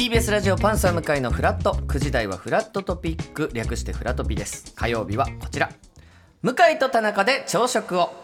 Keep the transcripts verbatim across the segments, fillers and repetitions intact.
ティービーエス ラジオパンサー向井のフラット、くじ台はフラットトピック、略してフラトピです。火曜日はこちら、向井と田中で朝食を。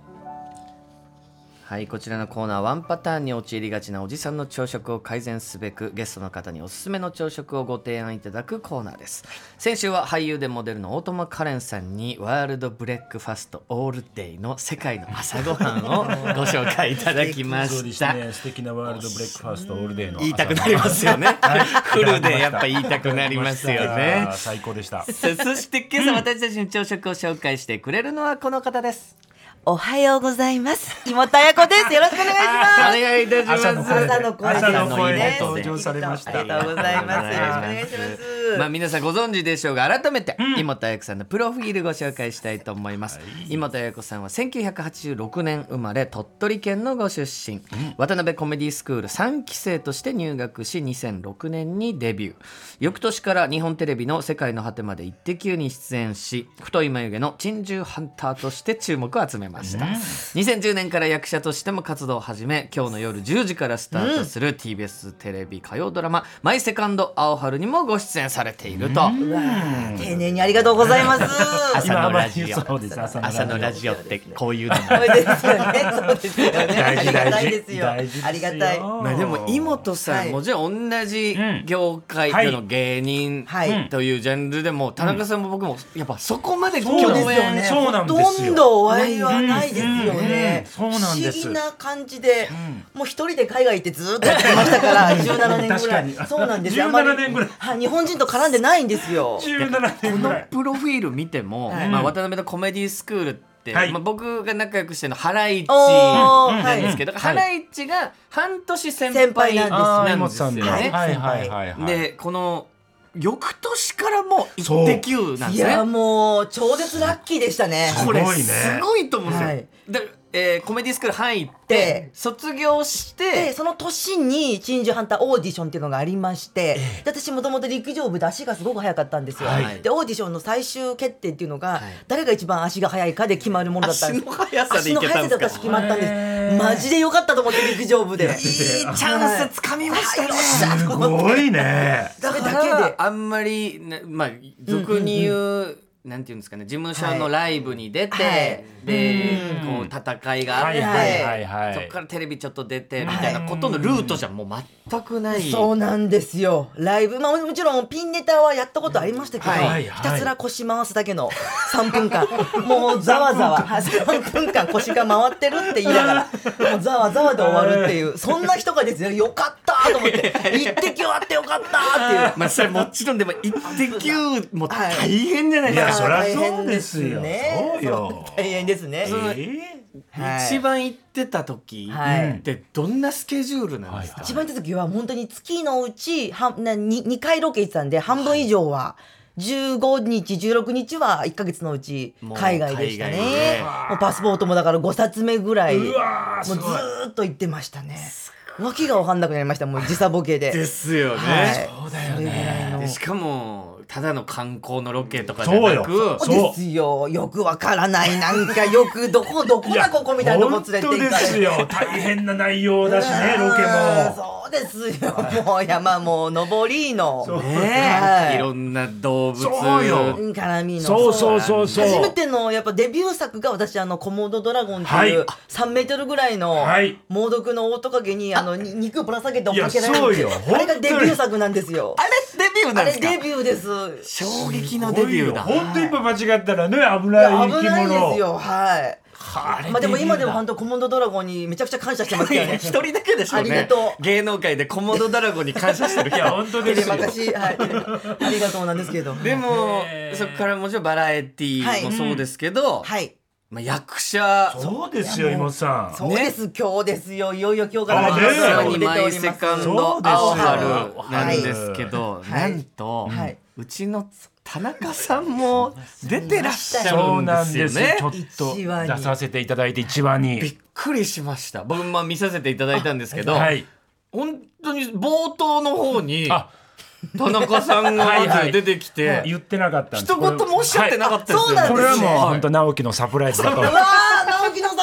はい、こちらのコーナー、ワンパターンに陥りがちなおじさんの朝食を改善すべく、ゲストの方におすすめの朝食をご提案いただくコーナーです。先週は俳優でモデルの大友花恋さんにワールドブレックファストオールデイの世界の朝ごはんをご紹介いただきました。 そうですね、素敵なワールドブレックファストオールデイの言いたくなりますよね、はい、フルでやっぱ言いたくなりますよね。 最高でした。 そして今朝私たちの朝食を紹介してくれるのはこの方です。 おはようございます。妹彩子です。よろしくお願いします。 お願いいたします。 朝の声で朝の声で朝の声でね登場されました。 ありがとうございます。よろしくお願いします。 まあ、皆さんご存知でしょうが、改めて、うん、妹彩子さんのプロフィールご紹介したいと思います、はい、妹彩子さんはせんきゅうひゃくはちじゅうろくねん生まれ、鳥取県のご出身、うん、渡辺コメディスクールさんき生として入学し、にせんろくねんにデビュー。翌年から日本テレビの世界の果てまでイッテ Q に出演し、太い眉毛の珍獣ハンターとして注目を集めました、うん、にせんじゅうねんから役者としても活動を始め、今日の夜じゅうじからスタートする ティービーエス テレビ火曜ドラマ、マイセカンド青春にもご出演されていると。 うわ、丁寧にありがとうございます。 朝のラジオ、 そうです、朝のラジオ、 朝のラジオってこういうのそうですよね、そうですよね。 大事ありがたい大事ですよ。 大事ですよ。 ありがたい。 まあ、でも妹さん、はい、もちろん同じ業界での芸人というジャンルでも、田中さんも僕もやっぱそこまで共演、 そうなんですよ。 ほとんどお会いはないですよね。 そうなんです。 不思議な感じで、うん、もう一人で海外行ってずっとやってましたからじゅうななねんぐらい。そうなんですよ。 じゅうななねんぐらい、 はい、日本人と絡んでないんですよ。 じゅうななねんぐらい。 このプロフィール見ても、はい、まあ、渡辺のコメディスクールって、はい、まあ、僕が仲良くしてるのハライチなんですけど、はい、ハライチが半年先輩なんですよね。 はいはいはいはい。 でこの翌年からもうイッテ Q なんですね。 いやもう超絶ラッキーでしたね。 これすごいと思うんですよ、はい、でえー、コメディスクール入って卒業して、 でその年に珍獣ハンターオーディションっていうのがありまして、で私もともと陸上部で足がすごく速かったんですよ、はい、でオーディションの最終決定っていうのが、はい、誰が一番足が速いかで決まるものだったんです。 足の速さでいけたんですか。 足の速さで私決まったんです。マジでよかったと思って、陸上部でいいチャンスつかみましたね、 はい、すごいね。 だからあんまり、ね、まあ俗に言う、うんうんうん、なんていうんですかね、事務所のライブに出て、はい、でこう戦いがあって、はいはいはい、そこからテレビちょっと出てみたいなことのルートじゃもう全くない。 そうなんですよ。ライブ、まあ、もちろんピンネタはやったことありましたけど、はい、ひたすら腰回すだけのさんぷんかんもうざわざわさんぷんかん腰が回ってるって言いながらもうざわざわで終わるっていう、そんな人がですよ、よかったと思ってイッテ Q あってよかったっていう。 まあそれもちろんでもイッテ Q も大変じゃないですか。 いやそりゃそうですよ。そうよ、 大変ですね。 えーはい、一番行ってた時ってどんなスケジュールなんですか。 はい、一番行った時は本当に月のうちはな 2, 2回ロケ行ってたんで、半分以上はじゅうごにちじゅうろくにちはいっかげつのうち海外でしたね。もう海外もうパスポートもだからごさつめぐらい、もうずーっと行ってましたね。訳が分かんなくなりました、もう時差ボケで。 ですよね、 はい、 そうだよね。 でしかもただの観光のロケとかじゃなく、 そうですよ、よくわからないなんかよくどこどこだここみたいなとこ連れて行かれて、 本当ですよ、大変な内容だしねロケも。 そうですよ、もう山も登りのね、はい、いろんな動物絡みの、 そうそうそうそう、 初めてのやっぱデビュー作が私あのコモドドラゴンっていう、はい、さんメートルぐらいの猛毒のオオトカゲにあの肉ぶら下げて追っかけられるんですよ。あれがデビュー作なんですよ。 あれデビューなんですか。 あれデビューです。 衝撃のデビューだ。 本当一歩間違ったらね、危ない生き物。 危ないですよ、はい。まあでも今でも本当コモドドラゴンにめちゃくちゃ感謝してますよね。 一人だけでしょうね。 ありがとう。 芸能界でコモドドラゴンに感謝してる。 いや本当ですよ。 はい、ありがとうなんですけど。 でもそこからもちろんバラエティーもそうですけど、 はい。 まあ役者。 そうですよ妹さん。 そうです、今日ですよ。いよいよ今日から始まるにマイセカンド青春なんですけど、なんとうちの田中さんも出てらっしゃるんですよね。 ちょっと出させていただいていちわにびっくりしました。僕も見させていただいたんですけど、はい、本当に冒頭の方に田中さんがまず出てきて、はいはい、 言ってなかったんです。 一言もおっしゃってなかったですよね。 はい、 これはもう本当直樹のサプライズだと。 うわー、直樹のサプライズ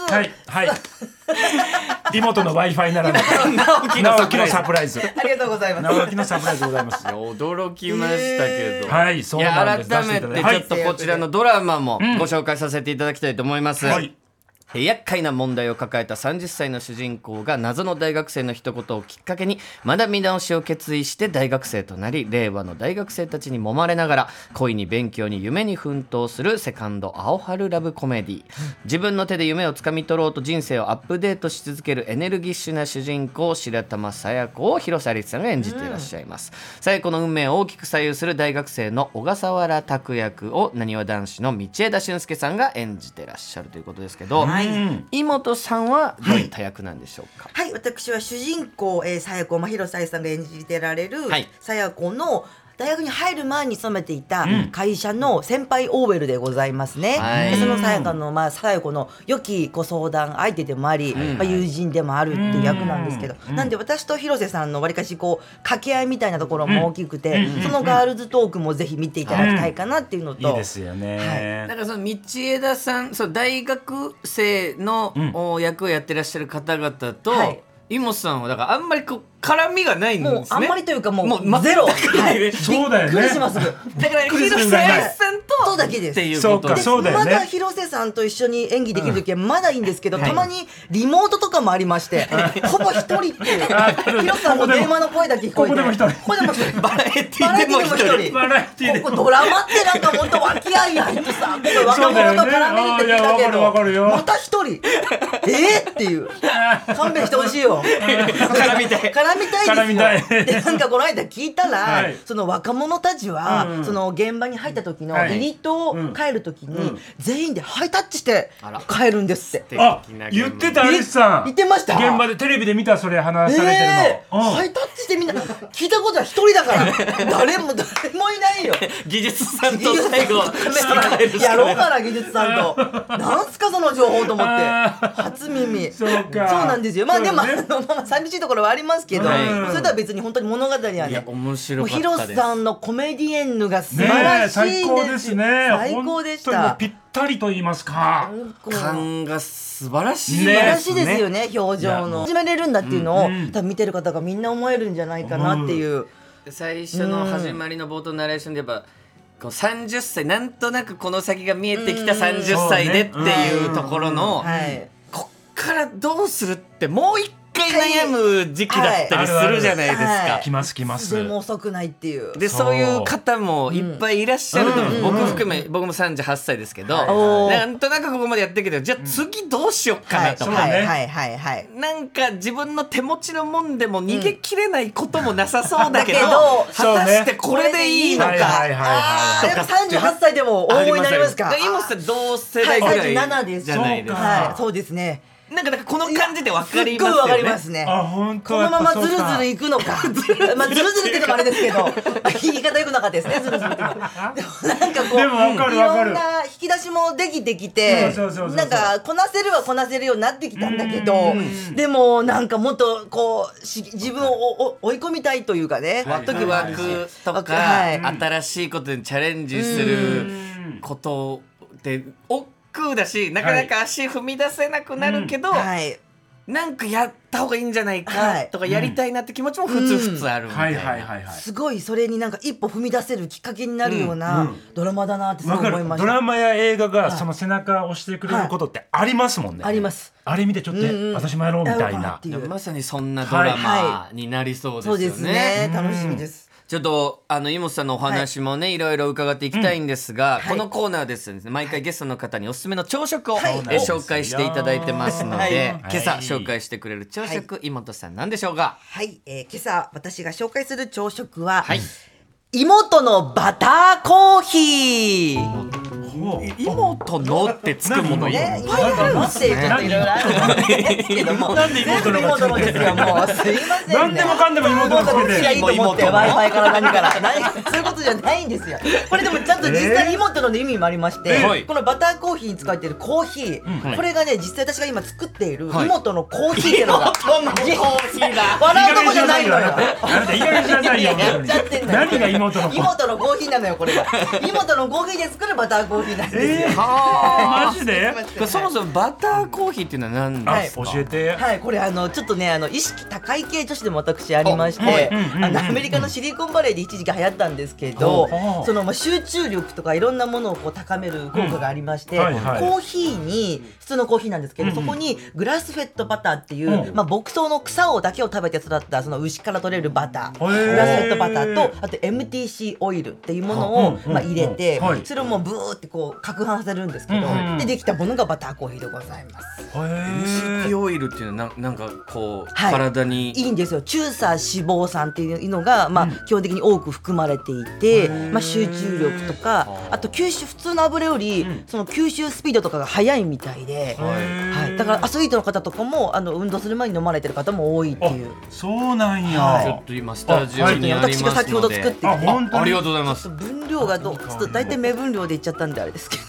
はいはい妹の Wi-Fi ならぬ直樹直樹のサプライズありがとうございます。 直樹のサプライズでございます。 驚きましたけど、 はいそうなんです。 いや改めてちょっとこちらのドラマもご紹介させていただきたいと思います、 はい厄介な問題を抱えたさんじゅっさいの主人公が謎の大学生の一言をきっかけに学び直しを決意して大学生となり、令和の大学生たちに揉まれながら恋に勉強に夢に奮闘するセカンド青春ラブコメディ。自分の手で夢をつかみ取ろうと人生をアップデートし続けるエネルギッシュな主人公白玉佐弥子を広瀬アリスさんが演じていらっしゃいます。佐弥子の運命を大きく左右する大学生の小笠原拓役をなにわ男子の道枝駿佑さんが演じていらっしゃるということですけど、 はい妹さんはどういった役なんでしょうか。 はい、私は主人公、えー、佐弥子、まあ、広瀬愛さんが演じてられる、 はい、 佐弥子の大学に入る前に勤めていた会社の先輩 オーエル でございますね、 はい、 でその佐弥子の、まあ、佐弥子の良きご相談相手でもあり、はいまあ、友人でもあるっていう役なんですけど、なんで私と広瀬さんのわりかしこう掛け合いみたいなところも大きくて、そのガールズトークもぜひ見ていただきたいかなっていうのと、 いいですよね、 はい、 だからその道枝さん、そう大学生の、うん、役をやってらっしゃる方々と、はい、妹さんはだからあんまりこう絡みがないんですね。 もうあんまりというかもう、 もうゼロ、 はい、 そうだよね。 びっくりします。だから広瀬愛さんとそうだけですっていうことで、 そうだよね。 まだ広瀬さんと一緒に演技できるときはまだいいんですけど、うん、たまにリモートとかもありまして、はい、ほぼ一人っていう広瀬さんの電話の声だけ聞こえて、 ここでも一人、 ここでも一人、 バラエティでも一人、 バラエティでここドラマってなんか本当脇合いないとさ、ここ若者と絡めるって聞いたけど、また一人えーっていう勘弁してほしいよ。 絡みたい絡みたいですよ。 絡みたいでなんかこの間聞いたら、 はい、 その若者たちは、うん、その現場に入った時の入りと帰る時に、うん、全員でハイタッチして帰るんですって。 あ、言ってたアリスさん。 言ってました。 現場でテレビで見た、それ話されてるの、 えーうん、ハイタッチしてみんな聞いたことは一人だから誰も誰もいないよ。 技術さんと最後やろうかな、技術さんとなんすかその情報と思って初耳。 そうか、 そうなんですよ。まあでも、ね、あのまあ寂しいところはありますけど、はい、それとは別に本当に物語はね、 いや面白かったです。 広瀬さんのコメディエンヌが素晴らしいです。 ね、最高ですね。 最高でした。 本当にぴったりと言いますか、 感が素晴らしい、 ね、素晴らしいですよね。表情の始めれるんだっていうのを、うん、多分見てる方がみんな思えるんじゃないかなっていう、うん、 最初の始まりの冒頭ナレーションでやっぱこうさんじゅっさい、なんとなくこの先が見えてきたさんじゅっさいでっていうところの、こっからどうするってもう一回悩む時期だったりするじゃないですか、はい、 来ます来ます。 でも遅くないっていうで、そういう方もいっぱいいらっしゃると思う、うん、僕含め、僕もさんじゅうはっさいですけど、はい、なんとなくここまでやってるけど、じゃあ次どうしよっかなとか、 はいはいはいはい、 なんか自分の手持ちのもんでも逃げきれないこともなさそうだけど、うん、果たしてこれでいいのか、 さんじゅうはっさいでも大盛りになりますか。 今さ同世代ぐらいじゃないですか、 はい、そうですね。 なんか、なんかこの感じで分かりますよね。 すっごい分かりますね。 あ、本当。 このままズルズルいくのか。まあズルズルっていうのもあれですけど、言い方良くなかったですね。ズルズルっていうの。でもなんかこう、 でも分かる分かる。 いろんな引き出しもできてきて、なんかこなせるはこなせるようになってきたんだけど、でもなんかもっとこうし自分を追い込みたいというかね。 ワクワクとか、はい、新しいことにチャレンジすることで。おだし、なかなか足踏み出せなくなるけど、はい、なんかやった方がいいんじゃないかとか、やりたいなって気持ちもふつふつあるみたいな、 すごいそれになんか一歩踏み出せるきっかけになるようなドラマだなってすごい思いました。 ドラマや映画がその背中を押してくれることってありますもんね、 はい、あります。 あれ見てちょっと、うんうん、私もやろうみたいな、 まさにそんなドラマになりそうですよね、はいはい、そうですね、楽しみです。 ちょっとあの妹さんのお話もね、はい、いろいろ伺っていきたいんですが、うん、このコーナーですね、毎回ゲストの方におすすめの朝食を、はい、え紹介していただいてますので、はい、今朝紹介してくれる朝食、はい、妹さん何でしょうか。 はい、えー、今朝私が紹介する朝食は、はい、妹のバターコーヒー。 妹のってつくものいっぱいありますね。 いろいろあるんですけども、 なんで妹の妹のですよ。もうすいませんね。 なんでもかんでも妹のつけて。 いやいいと思って Wi-Fi から何からそういうことじゃないんですよ。これでもちゃんと実際妹の意味もありまして、このバターコーヒーに使っているコーヒー、これがね実際私が今作っている妹のコーヒーっていうのが、 妹のコーヒーだ。 笑うとこじゃないのよ。 いい加減じゃないよ。 やっちゃってんだよ。 何が妹妹の妹のコーヒーなのよこれが妹のコーヒーで作るバターコーヒーなんですよ、 えー、 はマジであそもそもバターコーヒーっていうのは何ですか？ 教えて。 はいこれあのちょっとねあの意識高い系女子でも私ありまして、 はいうんうんうんあのアメリカのシリコンバレーで一時期流行ったんですけど、 うんそのまあ集中力とかいろんなものをこう高める効果がありまして、 うんはいはいコーヒーに普通のコーヒーなんですけど、 うんうんそこにグラスフェッドバターっていう、 うんまあ、牧草の草をだけを食べて育ったその牛から取れるバター、 へーグラスフェッドバターとあと エムティーシー オイルっていうものを、 うんうんまあ、入れて、 はいそれをもうブーってこう攪拌させるんですけど、 うんうんでできたものがバターコーヒーでございます。 へーエムシーティー オイルっていうのはななんかこう、 はい体にいいんですよ。中鎖脂肪酸っていうのが、まあ基本的に多く含まれていて、まあ、集中力とかあと吸収普通の油より、その吸収スピードとかが速いみたいで、はい、だからアスリートの方とかもあの運動する前に飲まれてる方も多いっていう。 そうなんや、 はいちょっと今スタジオにありますので、 私が先ほど作ってきて、 あ本当にありがとうございます。 分量がどうちょっと大体目分量でいっちゃったんであれですけど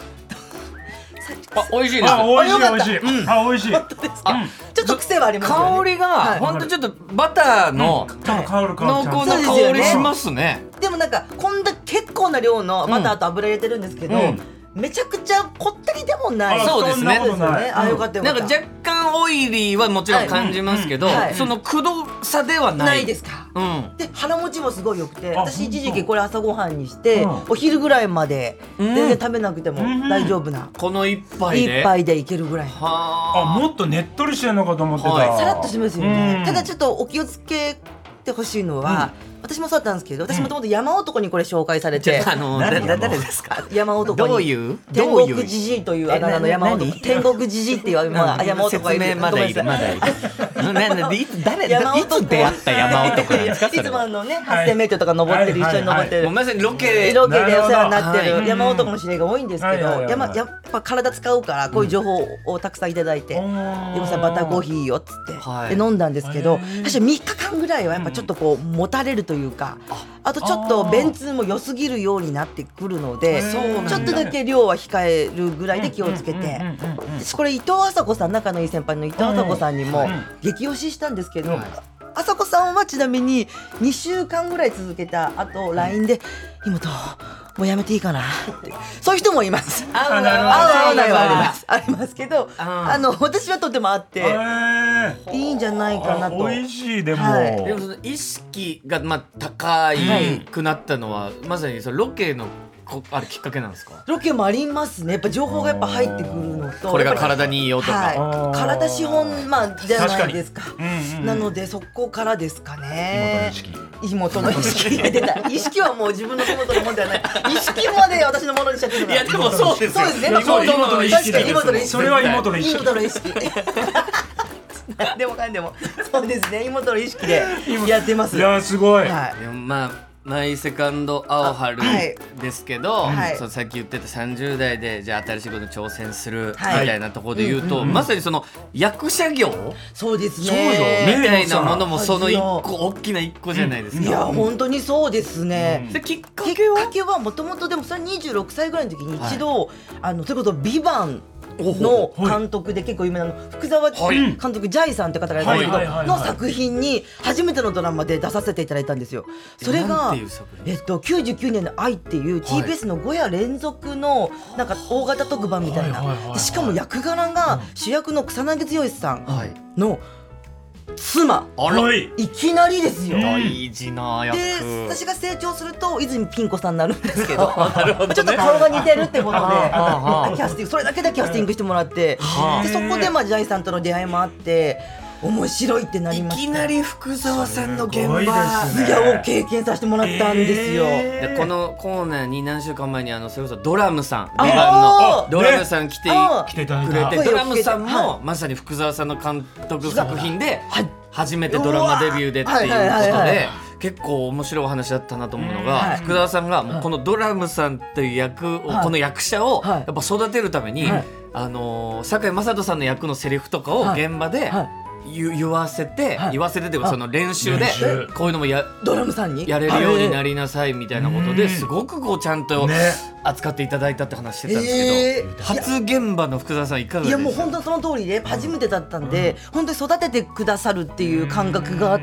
あ、美味しいです。 あ美味しいあよかった美味しい、うん、あ美味しい本当ですか、ちょっと癖はありますよね。 香りが、 はいほんとちょっとバターのちょっと香る香る濃厚な香りしますね。 でもなんかこんだけ結構な量のバターと油入れてるんですけど、 うんめちゃくちゃこってりでもない。 あそうですねそんなことないあ、よかったよかった。 なんか若干オイリーはもちろん感じますけど、 はいうんはいそのくどさではない。 ないですか。 うん。 で腹持ちもすごい良くて、 あ私一時期これ朝ごはんにして、 うんお昼ぐらいまでうん全然食べなくても大丈夫な、 この一杯で。 一杯でいけるぐらい。 はあもっとねっとりしてんのかと思ってた、 はいさらっとしますよね。 うんただちょっとお気をつけてほしいのは、私もそうだったんですけど、私もともと山男にこれ紹介されて、 あの何だだ誰ですか？ 山男にどういう天どういう国じじいというあだ名の山男、 えな何天国じじいっていうまあ山男がいる。 説明まだいるごめんなさまだいる。ななでいつ誰山男いつ出会った山男なんですか？そいつもれは。 あのねはっせんメートルとか登ってる、 はい一緒に登ってる、 もうまさにロケロケでお世話になってなるほどる山男の知り合いが多いんですけど、 はいはいはいはい山やっぱ体使うからこういう情報をたくさんいただいて、でもさバターコーヒーいいよっつって、 はいで飲んだんですけど、 へー確かみっかかんぐらいはやっぱちょっとこうもたれるというか、あとちょっと便通も良すぎるようになってくるので、 そうなんだちょっとだけ量は控えるぐらいで気をつけて、 うんうんうんうんこれ伊藤麻子さん、仲のいい先輩の伊藤麻子さんにも激推ししたんですけど、 はい麻子さんはちなみににしゅうかんぐらい続けたあと ライン で「妹もうやめていいかな」ってそういう人もいます。 合うなるほど合う合わないはありますありますけど、 ああの私はとてもあってへーいいんじゃないかなと。 あ美味しいでも、 はいでもその意識がまあ高いくなったのは、まさにそのロケのこあれきっかけなんですか？ ロケもありますね。やっぱ情報がやっぱ入ってくるのと、 これがやっぱり体にいいよとか。 はい、体資本まあじゃないですか。 うんうんなのでそこからですかね。 妹の意識妹の意識が出た。意識はもう自分の妹のものではない。意識まで私のものにしちゃってるから。 いやでもそうですよ。 そうですね。 妹の意識確かに妹の意識。 それは妹の意識妹の意識。でもかんでもそうですね。妹の意識でやってます。 いやすごい、 はい。 でもまあマイセカンド青春あはいですけど、 はいそのさっき言ってたさんじゅう代でじゃあ新しいことに挑戦するみはいたいなところで言うと、 うんうんまさにその役者業そうですね。 そうよみねたいなものもその一そう個大きな一個じゃないですか。 いや本当にそうですね。 できっかきっけはかけはもともとでもそれにじゅうろくさいぐらいの時に一度、あのそれこそ「ビバンの監督で結構有名なの福沢監督、ジャイさんって方がいるんですけど、 はいはいはいはいの作品に初めてのドラマで出させていただいたんですよ。それなんがていう作品えっと、きゅうじゅうきゅうねんの「愛」っていう ティービーエス のご夜連続のなんか大型特番みたいな、 はいはいはいはいでしかも役柄が主役の草薙剛さんはい。 の妻、 あらはいいきなりですよ。 大事な役。 で私が成長すると泉ピン子さんになるんですけどちょっと顔が似てるってことでああキャスティングそれだけでキャスティングしてもらってはあでそこでまあジャイさんとの出会いもあって面白いってなりいました。 きなり福沢さんの現すごい場ですねいやを経験させてもらったんですよ。 えでこのコーナーに何週間前にあのそれこそドラムさんあビバンあのドラムさん来てあ来ていただいくれたてドラムさんはもまさに福沢さんの監督作品ではい初めてドラマデビューでっていうはいはいはいはいことで結構面白いお話だったなと思うのはいが福沢さんがもうこのドラムさんっていう役をはいこの役者をはいやっぱ育てるためにはいあのー堺雅人さんの役のセリフとかをはい現場ではい言言わせてはい言わせてというかその練習で練習こういうのもやドラムさんにやれるようになりなさいみたいなことうんですごくこうちゃんとね扱っていただいたって話してたんですえけど、初現場の福澤さんいかがでした？ いやもう本当にその通りで初めてだったんで、本当に育ててくださるっていう感覚があって、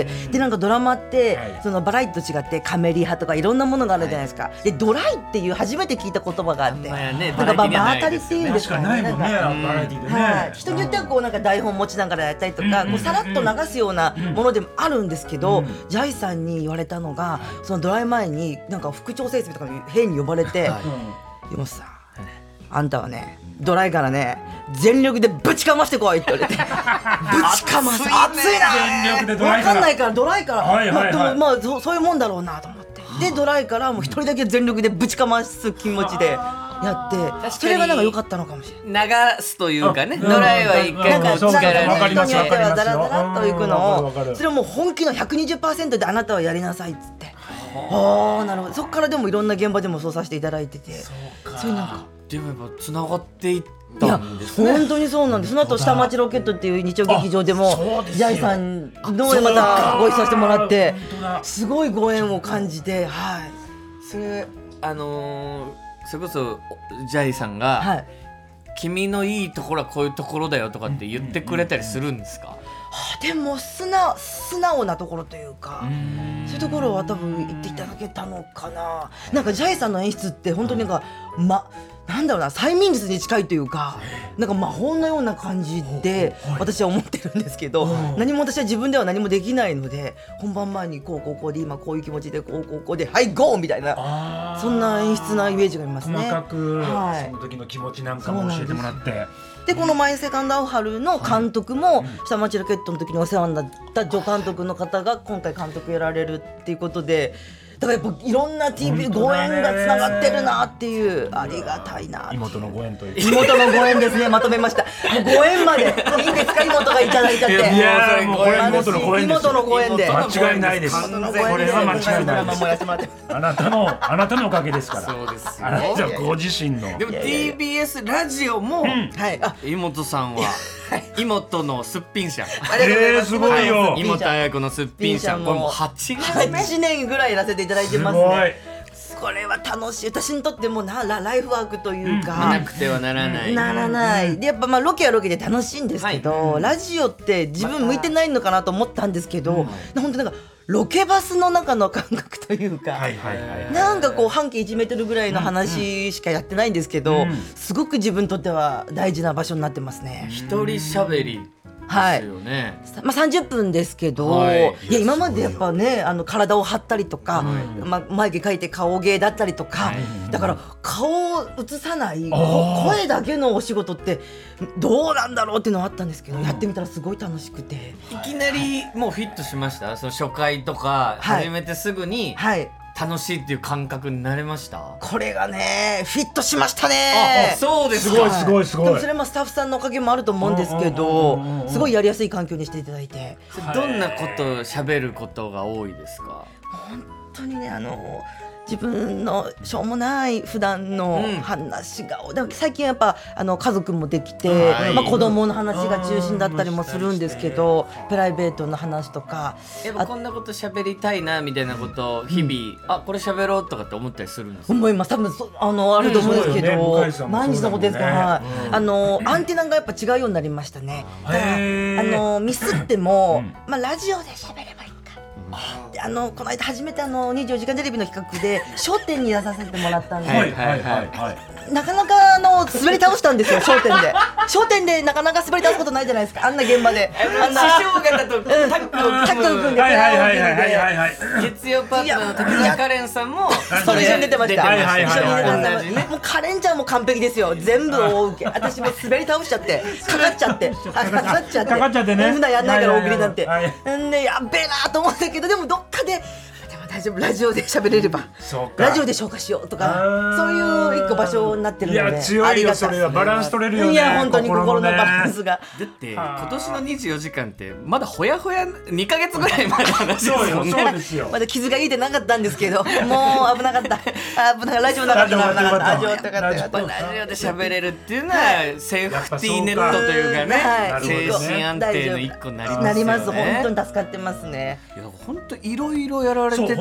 でなんかドラマってそのバラエティと違ってカメリハとかいろんなものがあるじゃないですか。でドライっていう初めて聞いた言葉があって、なんかまあ場当たりっていうんですかね。 ないもんね、バラエティでね。 はい、人によってはこうなんか台本持ちながらやったりとか、こうさらっと流すようなものでもあるんですけど、ジャイさんに言われたのが、そのドライ前になんか副調整室とかに兵に呼ばれて、でもさ、あんたはねドライからね全力でぶちかましてこいって言われて、ぶちかます、熱いな、 全力でドライから分かんないからドライから、 はいはいはいまあ、でもまあそそういうもんだろうなと思って、でドライからもう一人だけ全力でぶちかます気持ちでやって、それがなんか良かったのかもしれない。 流すというかね、ドライは一回こうなんか力わかります人によってはダラダわかりますラっといくのわかるわかるを、それをもう本気の ひゃくにじゅっパーセント であなたはやりなさいっつって、ああなるほど。そこからでもいろんな現場でもそうさせていただいてて、そういうなんかでもやっぱつながっていっいやたんですね。 本当にそうなんです。その後下町ロケットっていう日曜劇場でもそうですよジャイさんのまたご一緒させてもらって本当だ、 すごいご縁を感じて、はいそれあのーそれこそジャイさんが、 はい。 君のいいところはこういうところだよとかって言ってくれたりするんですか？ はあでも素直素直なところというか、そういうところは多分言っていただけたのかな。なんかジャイさんの演出って本当になんか、ま、なんだろうな、催眠術に近いというか、なんか魔法のような感じで私は思ってるんですけど、何も私は自分では何もできないので、本番前にこうこうこうで今こういう気持ちでこうこうこうではいゴーみたいな、そんな演出なイメージがありますね。 細かく、 はいその時の気持ちなんかも教えてもらって。 でこのマイセカンドアオハルの監督も下町ロケットの時にお世話になった助監督の方が今回監督やられるっていうことで、だからやっぱいろんな ティーブイ ご縁がつながってるなっていう、ありがたいなっていう。 妹のご縁という妹のご縁ですね、まとめました。もうご縁までいいんですか、妹がいただいちゃって。 いやいやーもうこれ妹のご縁です妹のご縁で間違いないです。これは間違いないです。 もやってもらってあなたのあなたのおかげですから。 そうですよあなたご自身の。 でも ティービーエス ラジオもはいあ妹さんは妹のすっぴん社、 ありがとうございます。 えーすごいよ妹彩子のすっぴん社、これもうはちねんめ。 はちねんぐらいやらせていただいてすますごい。 ね。これは楽しい。私にとってもなラライフワークというか、 なくてはならない。 ならないで、やっぱまあロケはロケで楽しいんですけど、ラジオって自分向いてないのかなと思ったんですけど、本当なんかロケバスの中の感覚というか、 はいはいはい。 なんかこう半径いちメートルぐらいの話しかやってないんですけど、すごく自分にとっては大事な場所になってますね。 一人喋りですよね。 まあ、さんじゅっぷんですけど、 はいいや今までやっぱねあの体を張ったりとか、まあ、眉毛描いて顔芸だったりとか、だから顔を映さないこ声だけのお仕事ってどうなんだろうっていうのはあったんですけど、やってみたらすごい楽しくて、 いきなりもうフィットしました？その初回とかはい始めてすぐにはい楽しいっていう感覚になれました？ これがねフィットしましたあ、 ね。 そうですか。 すごいすごいすごいでもそれもスタッフさんのおかげもあると思うんですけど、すごいやりやすい環境にしていただいて、 どんなことを喋ることが多いですか？ 本当にねあの自分のしょうもない普段のうん話が、でも最近やっぱあの家族もできて、 はいまあ、子供の話が中心だったりもするんですけど、プライベートの話とか、 やっぱこんなこと喋りたいなみたいなことを日々、あ、これ喋ろうとかって思ったりするんですか？ 思います。多分そあのあると思うんですけど、 うんそうよね向井さんもそうだもんね毎日のことですから、はいうんあのアンテナがやっぱ違うようになりましたね。だからへーあのミスっても、まあ、ラジオで喋ればいいか。であのこの間初めてあのにじゅうよじかんテレビの企画で『笑点』に出させてもらったんで、 はいはいはいはい。 なかなかあの滑り倒したんですよ。笑点で笑点でなかなか滑り倒すことないじゃないですか、あんな現場で。あんな師匠方とタッグをタッグを組んで組むはいはいはいはいはいはい。 月曜パートナーの滝沢カレンさんもそれ一緒に出てました。 はいはいはいはい一緒に出てました同じね。 もうカレンちゃんも完璧ですよ。全部大受け。私も滑り倒しちゃってかかっちゃってあかかっちゃってかかっちゃってね普段やんないから大喜利なんて。 はいはいんでやっべえなと思ったけど、でもどっかででも大丈夫、ラジオで喋れればそうかラジオで消化しようとか、 あーそういう一個場所になってるいので、 や強いよ、それはバランス取れるよね。 いや本当に心のねバランスが。 だって今年のにじゅうよじかんってまだほやほやにかげつぐらい前の話ですそうよよね。 そうですよ。 まだ傷が癒えてなかったんですけど、もう危なかった。あ危なかった。ラジオなかったな、危なかった。味わったかった。 やっぱラジオで喋れるっていうのはセーフティーネットというかね、 はい精神安定の一個になりますよね。 なります。本当に助かってますね。 いや本当いろいろやられてて、 そう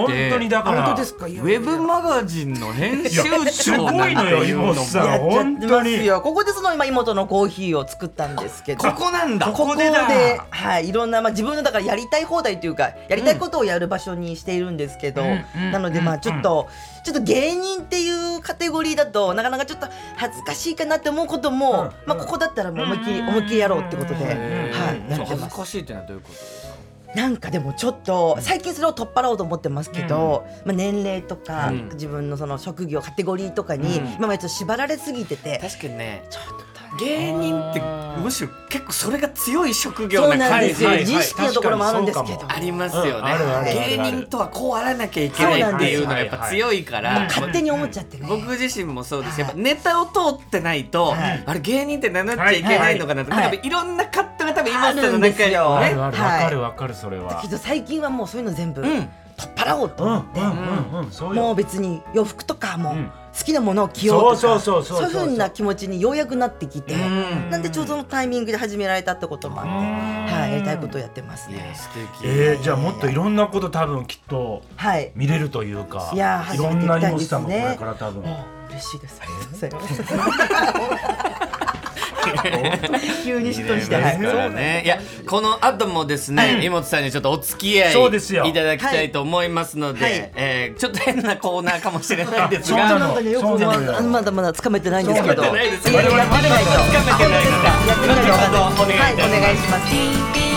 本当にだから本当ですか。 ウェブマガジンの編集長すごいのよ妹さん。 やっちゃ本ってます当によ。ここでその今妹のコーヒーを作ったんですけど、 ここなんだ。 ここでだはい、いろんな、まあ、自分のだからやりたい放題というかやりたいことをやる場所にしているんですけど、 うんなのでまあちょっと、ちょっと芸人っていうカテゴリーだとなかなかちょっと恥ずかしいかなって思うことも、まあ、ここだったらもう思いっきり思いっきりやろうってことで、はい、やって恥ずます。 かしいってのはどういうことですか？ なんかでもちょっと最近それを取っ払おうと思ってますけど、まあ、年齢とか、 うん自分のその職業カテゴリーとかに、 うん今までちょっと縛られすぎてて、 確かにね、 ちょっと芸人ってむしろ結構それが強い職業そうな感じなんですよ、 はいはい自意識のところもあるんですけど、 確かありますよね、 うんあるあるある芸人とはこうあらなきゃいけないっていうのがやっぱ強いから、 はい勝手に思っちゃってね。 僕自身もそうですし、やっぱネタを通ってないと、 はいあれ芸人って名乗っちゃいけないのかなとか、 はい多分いろんな葛藤が多分今あるんですよねあるあるわはいかるわかるそれはだけど最近はもうそういうの全部うん取っ払おうとうん思って、 うんうんうんそうよもう別に洋服とかもうん好きなものを着ようとか、 そうそうそうそうそういう風な気持ちにようやくなってきて、 うんなんでちょうどそのタイミングで始められたってこともあって、はい、やりたいことをやってますいやね。 素敵、 えー、じゃあもっといろんなこと多分きっとはい、 見れるというかいやーいろんな始めていきたいですね妹さんもこれから多分もう嬉しいです。ありがとうございます。急に嫉妬して、はいですからね、いやこの後もですね、 はい妹さんにちょっとお付き合そうですよいいただきたいと思いますので、 はいえーちょっと変なコーナーかもしれないですがそうなのなんかねよくそうなのよままだまだ掴めてないんですけど、 掴めてないですいやいや我々 やってみないと掴めてないからやってみないとわかんない。 後ほどお願いいたしますはい、お願いします。